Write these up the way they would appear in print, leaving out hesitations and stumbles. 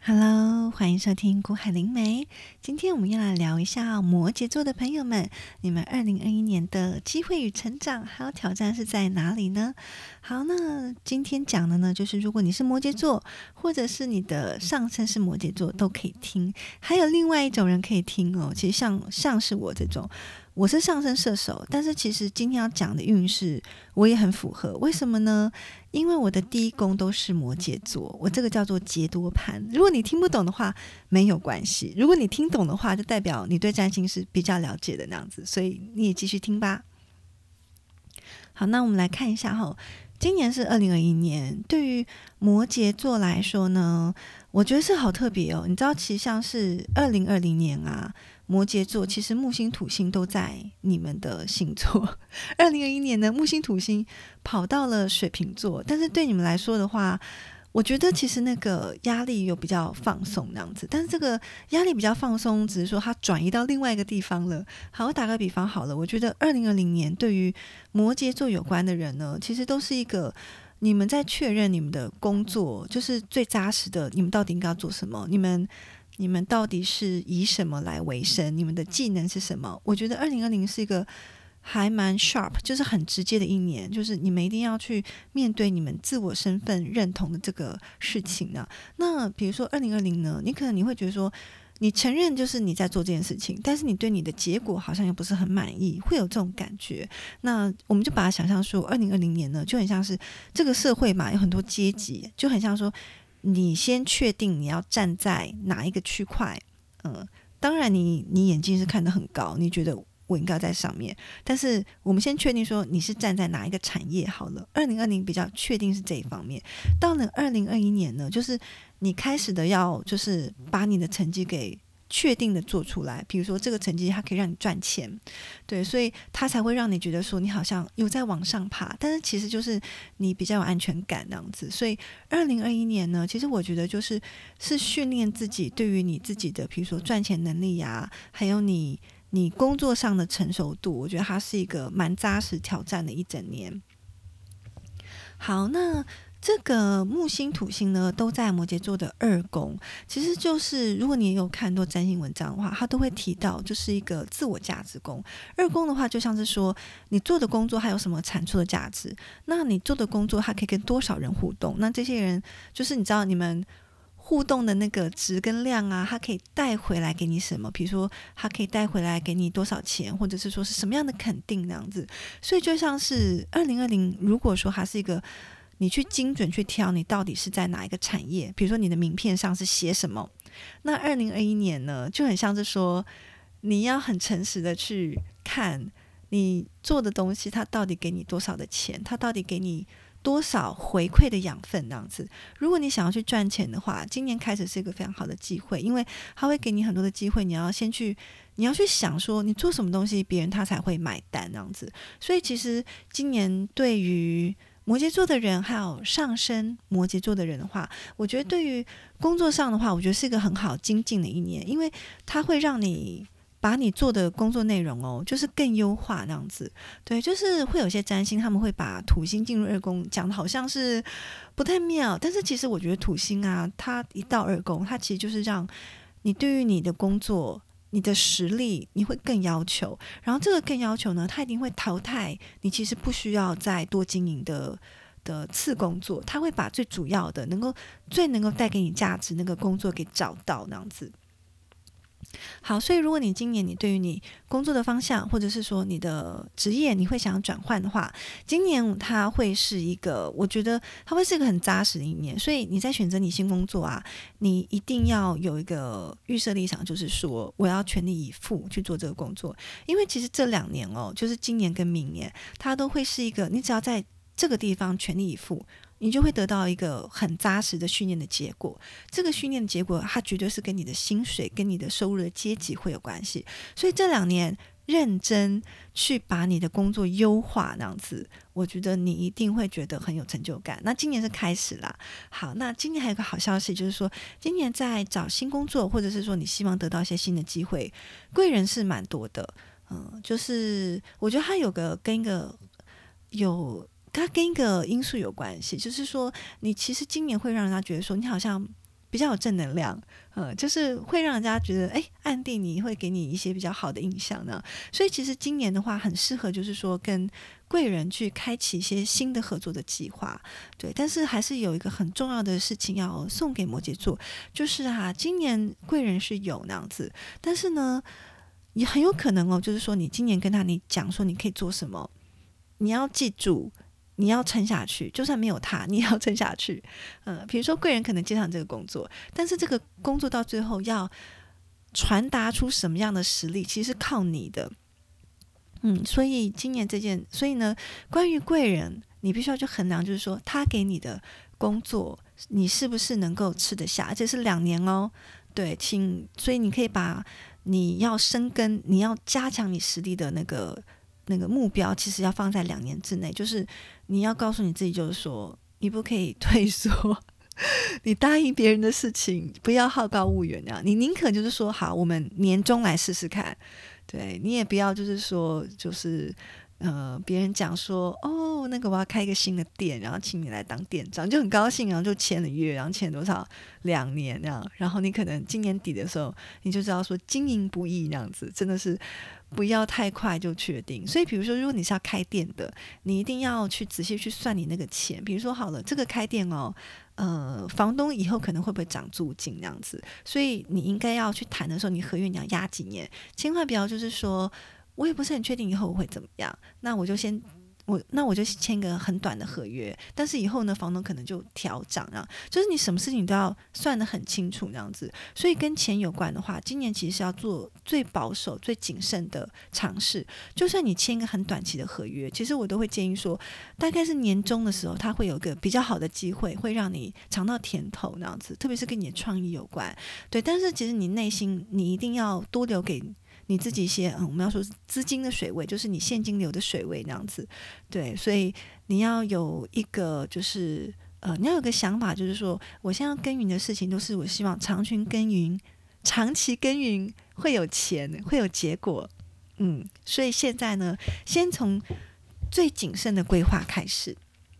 Hello，欢迎收听股海灵媒。今天我们要来聊一下摩羯座的朋友们，你们2021年的机会与成长还有挑战是在哪里呢？好，那今天讲的呢，就是如果你是摩羯座，或者是你的上升是摩羯座，都可以听。还有另外一种人可以听哦，其实像是我这种，我是上升射手，但是其实今天要讲的运势我也很符合。为什么呢？因为我的第一宫都是摩羯座，我这个叫做劫多盘。如果你听不懂的话，没有关系；如果你听懂的话，就代表你对占星是比较了解的那样子，所以你也继续听吧。好，那我们来看一下哈，今年是2021年，对于摩羯座来说呢，我觉得是好特别哦。你知道，其实像是2020年啊，摩羯座其实木星、土星都在你们的星座。2021年呢，木星、土星跑到了水瓶座，但是对你们来说的话，我觉得其实那个压力有比较放松那样子，但是这个压力比较放松，只是说它转移到另外一个地方了。好，我打个比方好了，我觉得2020年对于摩羯座有关的人呢，其实都是一个你们在确认你们的工作，就是最扎实的，你们到底应该要做什么，你们到底是以什么来为生，你们的技能是什么？我觉得2020是一个还蛮 sharp， 就是很直接的一年，就是你们一定要去面对你们自我身份认同的这个事情呢。那比如说2020呢，你可能会觉得说，你承认就是你在做这件事情，但是你对你的结果好像又不是很满意，会有这种感觉。那我们就把它想象说，2020年呢，就很像是这个社会嘛，有很多阶级，就很像说，你先确定你要站在哪一个区块，当然你眼睛是看得很高，你觉得我应该在上面，但是我们先确定说你是站在哪一个产业好了。2020比较确定是这一方面，到了2021年呢，就是你开始的要就是把你的成绩给确定的做出来，比如说这个成绩它可以让你赚钱，对，所以它才会让你觉得说你好像有在往上爬，但是其实就是你比较有安全感那样子。所以2021年呢，其实我觉得是训练自己对于你自己的，比如说赚钱能力呀，还有你工作上的成熟度，我觉得它是一个蛮扎实挑战的一整年。好，那这个木星、土星呢，都在摩羯座的二宫。其实就是如果你有看多占星文章的话，它都会提到，就是一个自我价值宫。二宫的话，就像是说你做的工作还有什么产出的价值，那你做的工作它可以跟多少人互动，那这些人就是你知道你们互动的那个值跟量啊，它可以带回来给你什么？比如说，它可以带回来给你多少钱，或者是说是什么样的肯定那样子。所以就像是2020，如果说它是一个你去精准去挑你到底是在哪一个产业，比如说你的名片上是写什么，那2021年呢，就很像是说你要很诚实的去看你做的东西，它到底给你多少的钱，它到底给你多少回馈的养分那样子。如果你想要去赚钱的话，今年开始是一个非常好的机会，因为它会给你很多的机会，你要去想说你做什么东西别人他才会买单那样子。所以其实今年对于摩羯座的人还有上升摩羯座的人的话，我觉得对于工作上的话，我觉得是一个很好精进的一年，因为它会让你把你做的工作内容就是更优化那样子。对，就是会有些占星他们会把土星进入二宫讲的好像是不太妙，但是其实我觉得土星啊，它一到二宫，它其实就是让你对于你的工作你的实力你会更要求，然后这个更要求呢，它一定会淘汰你其实不需要再多经营的次工作，它会把最主要的最能够带给你价值那个工作给找到那样子。好，所以如果你今年你对于你工作的方向，或者是说你的职业，你会想要转换的话，今年它会是一个，我觉得它会是一个很扎实的一年。所以你在选择你新工作啊，你一定要有一个预设立场，就是说我要全力以赴去做这个工作。因为其实这2年就是今年跟明年，它都会是一个，你只要在这个地方全力以赴，你就会得到一个很扎实的训练的结果。这个训练的结果，它绝对是跟你的薪水、跟你的收入的阶级会有关系。所以这2年认真去把你的工作优化，那样子，我觉得你一定会觉得很有成就感。那今年是开始啦。好，那今年还有个好消息，就是说今年在找新工作，或者是说你希望得到一些新的机会，贵人是蛮多的。就是我觉得它它跟一个因素有关系，就是说你其实今年会让人家觉得说你好像比较有正能量，就是会让人家觉得暗地里会给你一些比较好的印象呢。所以其实今年的话很适合就是说跟贵人去开启一些新的合作的计划，对。但是还是有一个很重要的事情要送给摩羯座，就是今年贵人是有那样子，但是呢也很有可能就是说你今年跟你讲说你可以做什么，你要记住你要撑下去，就算没有他你也要撑下去。比如说贵人可能接上这个工作，但是这个工作到最后要传达出什么样的实力其实是靠你的。所以今年所以呢关于贵人你必须要去衡量，就是说他给你的工作你是不是能够吃得下，而且是2年哦。对，所以你可以把你要深耕你要加强你实力的那个目标其实要放在2年之内，就是你要告诉你自己，就是说你不可以退缩你答应别人的事情不要好高骛远你宁可就是说好我们年终来试试看，对。你也不要就是说就是别人讲说那个我要开一个新的店，然后请你来当店长，就很高兴，然后就签了约，然后签多少2年那样，然后你可能今年底的时候你就知道说经营不易那样子，真的是不要太快就确定。所以比如说如果你是要开店的，你一定要去仔细去算你那个钱，比如说好了这个开店房东以后可能会不会涨租金那样子，所以你应该要去谈的时候你合约你要压几年，千万不要就是说我也不是很确定以后我会怎么样，那我就签个很短的合约，但是以后呢房东可能就调涨就是你什么事情都要算得很清楚那样子。所以跟钱有关的话，今年其实是要做最保守最谨慎的尝试。就算你签一个很短期的合约，其实我都会建议说大概是年终的时候它会有一个比较好的机会会让你尝到甜头那样子，特别是跟你的创意有关，对。但是其实你内心你一定要多留给你自己一些我们要说资金的水位，就是你现金流的水位那样子，对。所以你要有一个就是你要有个想法，就是说我现在要耕耘的事情都是我希望长期耕耘会有钱会有结果。所以现在呢先从最谨慎的规划开始。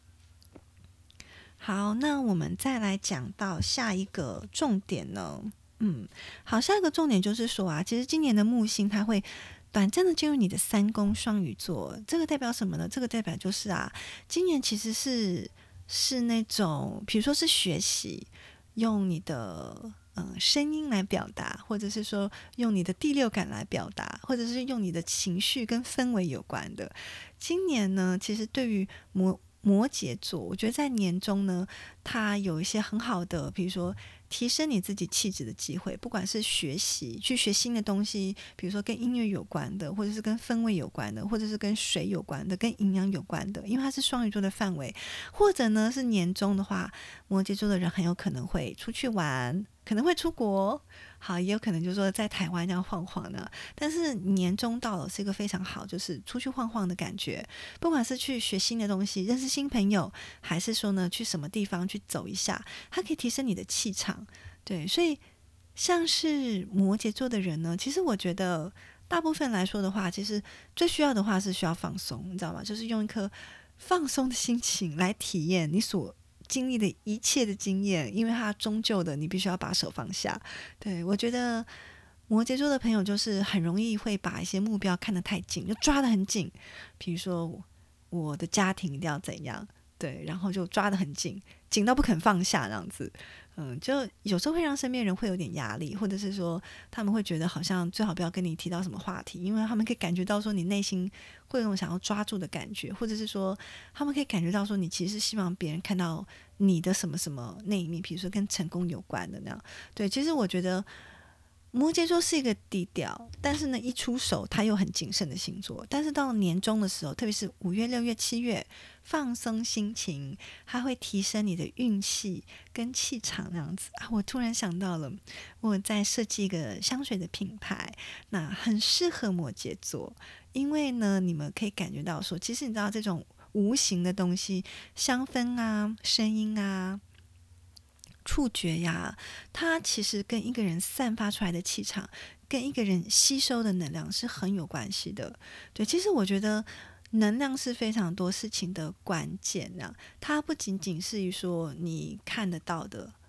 好，那我们再来讲到下一个重点呢。好，下一个重点就是说其实今年的木星它会短暂的进入你的3宫双鱼座，这个代表什么呢？这个代表就是今年其实是那种比如说是学习用你的声音来表达，或者是说用你的第六感来表达，或者是用你的情绪跟氛围有关的。今年呢其实对于摩羯座我觉得在年中呢它有一些很好的比如说提升你自己气质的机会，不管是去学新的东西，比如说跟音乐有关的，或者是跟氛围有关的，或者是跟水有关的，跟营养有关的，因为它是双鱼座的范围。或者呢是年终的话，摩羯座的人很有可能会出去玩，可能会出国，好，也有可能就是说在台湾这样晃晃呢。但是年终到了是一个非常好就是出去晃晃的感觉，不管是去学新的东西认识新朋友，还是说呢去什么地方去走一下，它可以提升你的气场，对。所以像是摩羯座的人呢，其实我觉得大部分来说的话，其实最需要的话是需要放松，你知道吗？就是用一颗放松的心情来体验你所经历的一切的经验，因为它终究的你必须要把手放下。对，我觉得摩羯座的朋友就是很容易会把一些目标看得太紧，就抓得很紧，比如说我的家庭一定要怎样，对，然后就抓得很紧，紧到不肯放下这样子。就有时候会让身边人会有点压力，或者是说他们会觉得好像最好不要跟你提到什么话题，因为他们可以感觉到说你内心会有那种想要抓住的感觉，或者是说他们可以感觉到说你其实是希望别人看到你的什么什么那一面，比如说跟成功有关的那样。对，其实我觉得摩羯座是一个低调，但是呢一出手他又很谨慎的星座，但是到年终的时候，特别是5月6月7月，放松心情，它会提升你的运气跟气场那样子我突然想到了我在设计一个香水的品牌，那很适合摩羯座，因为呢你们可以感觉到说其实你知道这种无形的东西，香氛声音触觉它其实跟一个人散发出来的气场跟一个人吸收的能量是很有关系的。对，其实我觉得能量是非常多事情的关键它不仅仅是于说你看得到的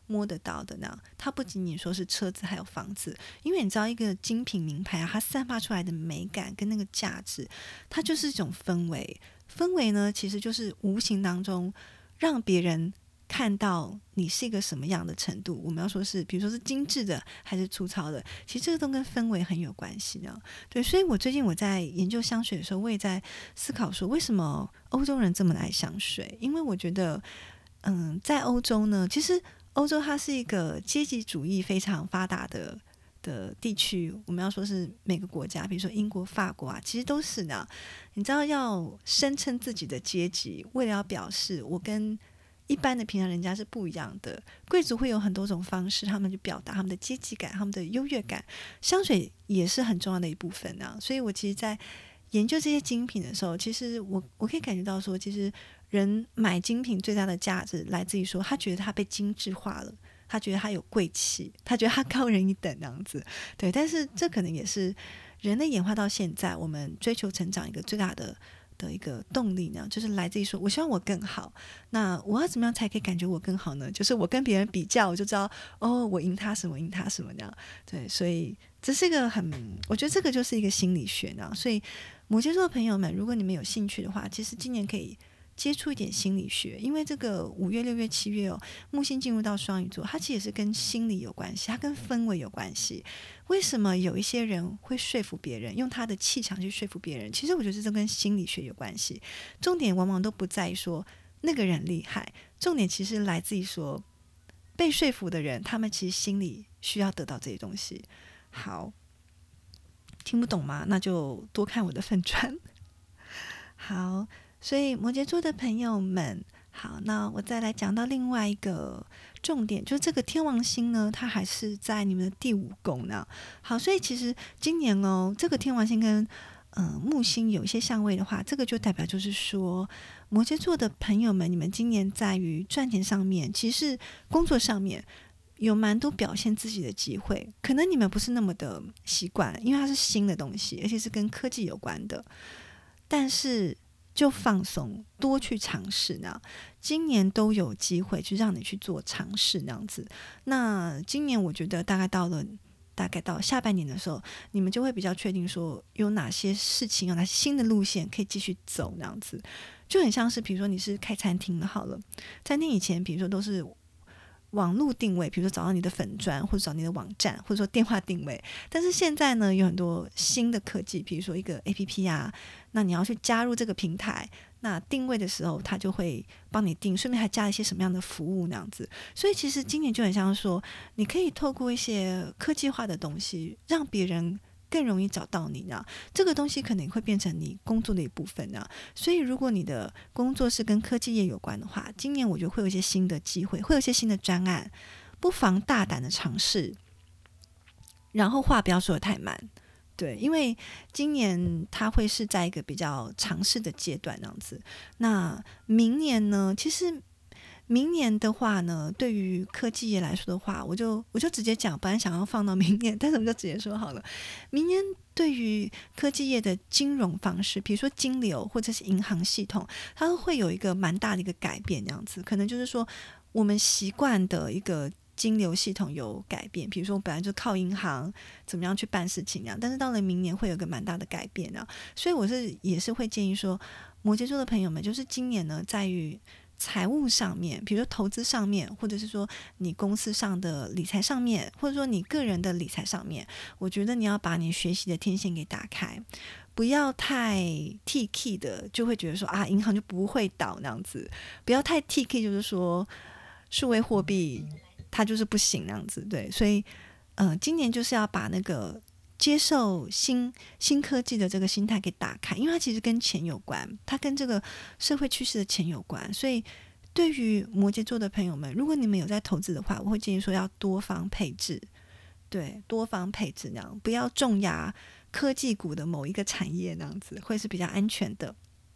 摸得到的呢。它不仅仅说是车子还有房子，因为你知道一个精品名牌啊，它散发出来的美感跟那个价值，它就是一种氛围。氛围呢，其实就是无形当中让别人看到你是一个什么样的程度。我们要说是比如说是精致的还是粗糙的，其实这个都跟氛围很有关系呢。对，所以我最近我在研究香水的时候，我也在思考说为什么欧洲人这么爱香水。因为我觉得在欧洲呢，其实欧洲它是一个阶级主义非常发达的地区。我们要说是每个国家，比如说英国、法国啊，其实都是呢。你知道要声称自己的阶级，为了要表示我跟一般的平常人家是不一样的，贵族会有很多种方式，他们去表达他们的阶级感、他们的优越感。香水也是很重要的一部分啊。所以我其实在研究这些精品的时候，其实我可以感觉到说，其实人买精品最大的价值来自于说，他觉得他被精致化了，他觉得他有贵气，他觉得他高人一等那样子。对，但是这可能也是人类演化到现在，我们追求成长一个最大的一个动力呢，就是来自于说我希望我更好。那我要怎么样才可以感觉我更好呢？就是我跟别人比较，我就知道我赢他什么，赢他什么那样。对，所以这是一个我觉得这个就是一个心理学呢。所以摩羯座的朋友们，如果你们有兴趣的话，其实今年可以接触一点心理学。因为这个5月、6月、7月木星进入到双鱼座，它其实也是跟心理有关系，它跟氛围有关系。为什么有一些人会说服别人，用他的气场去说服别人？其实我觉得这跟心理学有关系。重点往往都不在于说那个人厉害，重点其实来自于说被说服的人，他们其实心里需要得到这些东西。好，听不懂吗？那就多看我的粉专。好，所以摩羯座的朋友们，好，那我再来讲到另外一个重点，就是这个天王星呢，它还是在你们的第5宫呢。好，所以其实今年这个天王星跟木星有一些相位的话，这个就代表就是说，摩羯座的朋友们，你们今年在于赚钱上面，其实工作上面有蛮多表现自己的机会。可能你们不是那么的习惯，因为它是新的东西，而且是跟科技有关的。但是就放松，多去尝试呢。今年都有机会去让你去做尝试那样子。那今年我觉得大概到下半年的时候，你们就会比较确定说有哪些事情，有哪些新的路线可以继续走那样子。就很像是比如说你是开餐厅的好了，餐厅以前比如说都是网络定位，比如说找到你的粉专，或者找你的网站，或者说电话定位。但是现在呢，有很多新的科技，比如说一个 APP 啊，那你要去加入这个平台，那定位的时候它就会帮你定，顺便还加一些什么样的服务那样子。所以其实今年就很像说，你可以透过一些科技化的东西，让别人更容易找到你呢。这个东西可能会变成你工作的一部分呢。所以如果你的工作是跟科技业有关的话，今年我觉得会有一些新的机会，会有一些新的专案，不妨大胆的尝试，然后话不要说得太满。对，因为今年它会是在一个比较尝试的阶段那样子。那明年呢，其实明年的话呢，对于科技业来说的话，我就直接讲，本来想要放到明年，但是我就直接说好了。明年对于科技业的金融方式，比如说金流或者是银行系统，它会有一个蛮大的一个改变，这样子。可能就是说我们习惯的一个金流系统有改变，比如说我本来就靠银行怎么样去办事情但是到了明年会有个蛮大的改变所以我也是会建议说，摩羯座的朋友们，就是今年呢，在于财务上面，比如说投资上面，或者是说你公司上的理财上面，或者说你个人的理财上面，我觉得你要把你学习的天线给打开，不要太 T K 的，就会觉得说银行就不会倒那样子，不要太 T K， 就是说数位货币它就是不行那样子。对，所以今年就是要把那个接受新科技的这个心态给打开，因为它其实跟钱有关，它跟这个社会趋势的钱有关。所以对于摩羯座的朋友们，如果你们有在投资的话，我会建议说要多方配置。对，多方配置那样，不要重压科技股的某一个产业那样子，会是比较安全的。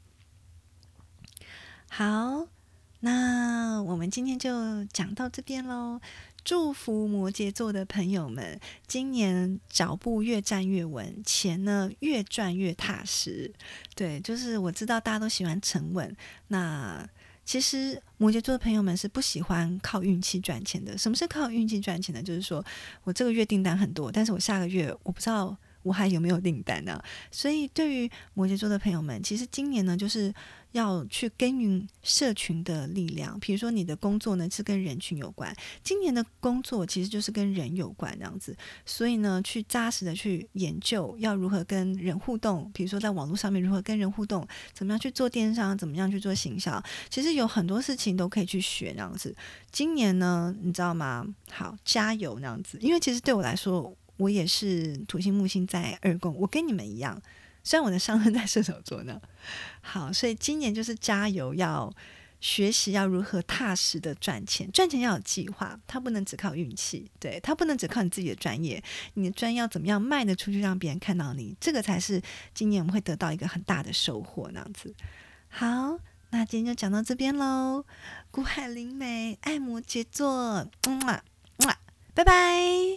好，那我们今天就讲到这边咯。祝福摩羯座的朋友们，今年脚步越站越稳，钱呢越赚越踏实。对，就是我知道大家都喜欢沉稳，那其实摩羯座的朋友们是不喜欢靠运气赚钱的。什么是靠运气赚钱的？就是说我这个月订单很多，但是我下个月我不知道我还有没有订单呢？所以对于摩羯座的朋友们，其实今年呢，就是要去耕耘社群的力量。比如说你的工作呢是跟人群有关，今年的工作其实就是跟人有关这样子。所以呢，去扎实的去研究要如何跟人互动，比如说在网络上面如何跟人互动，怎么样去做电商，怎么样去做行销，其实有很多事情都可以去学这样子。今年呢，你知道吗？好，加油那样子，因为其实对我来说，我也是土星木星在二宫，我跟你们一样，虽然我的上升在射手座呢。好，所以今年就是加油，要学习要如何踏实的赚钱，赚钱要有计划，它不能只靠运气，对，它不能只靠你自己的专业，你的专业要怎么样卖得出去，让别人看到你，这个才是今年我们会得到一个很大的收获那样子。好，那今天就讲到这边喽。古海灵媒爱摩羯座，拜拜。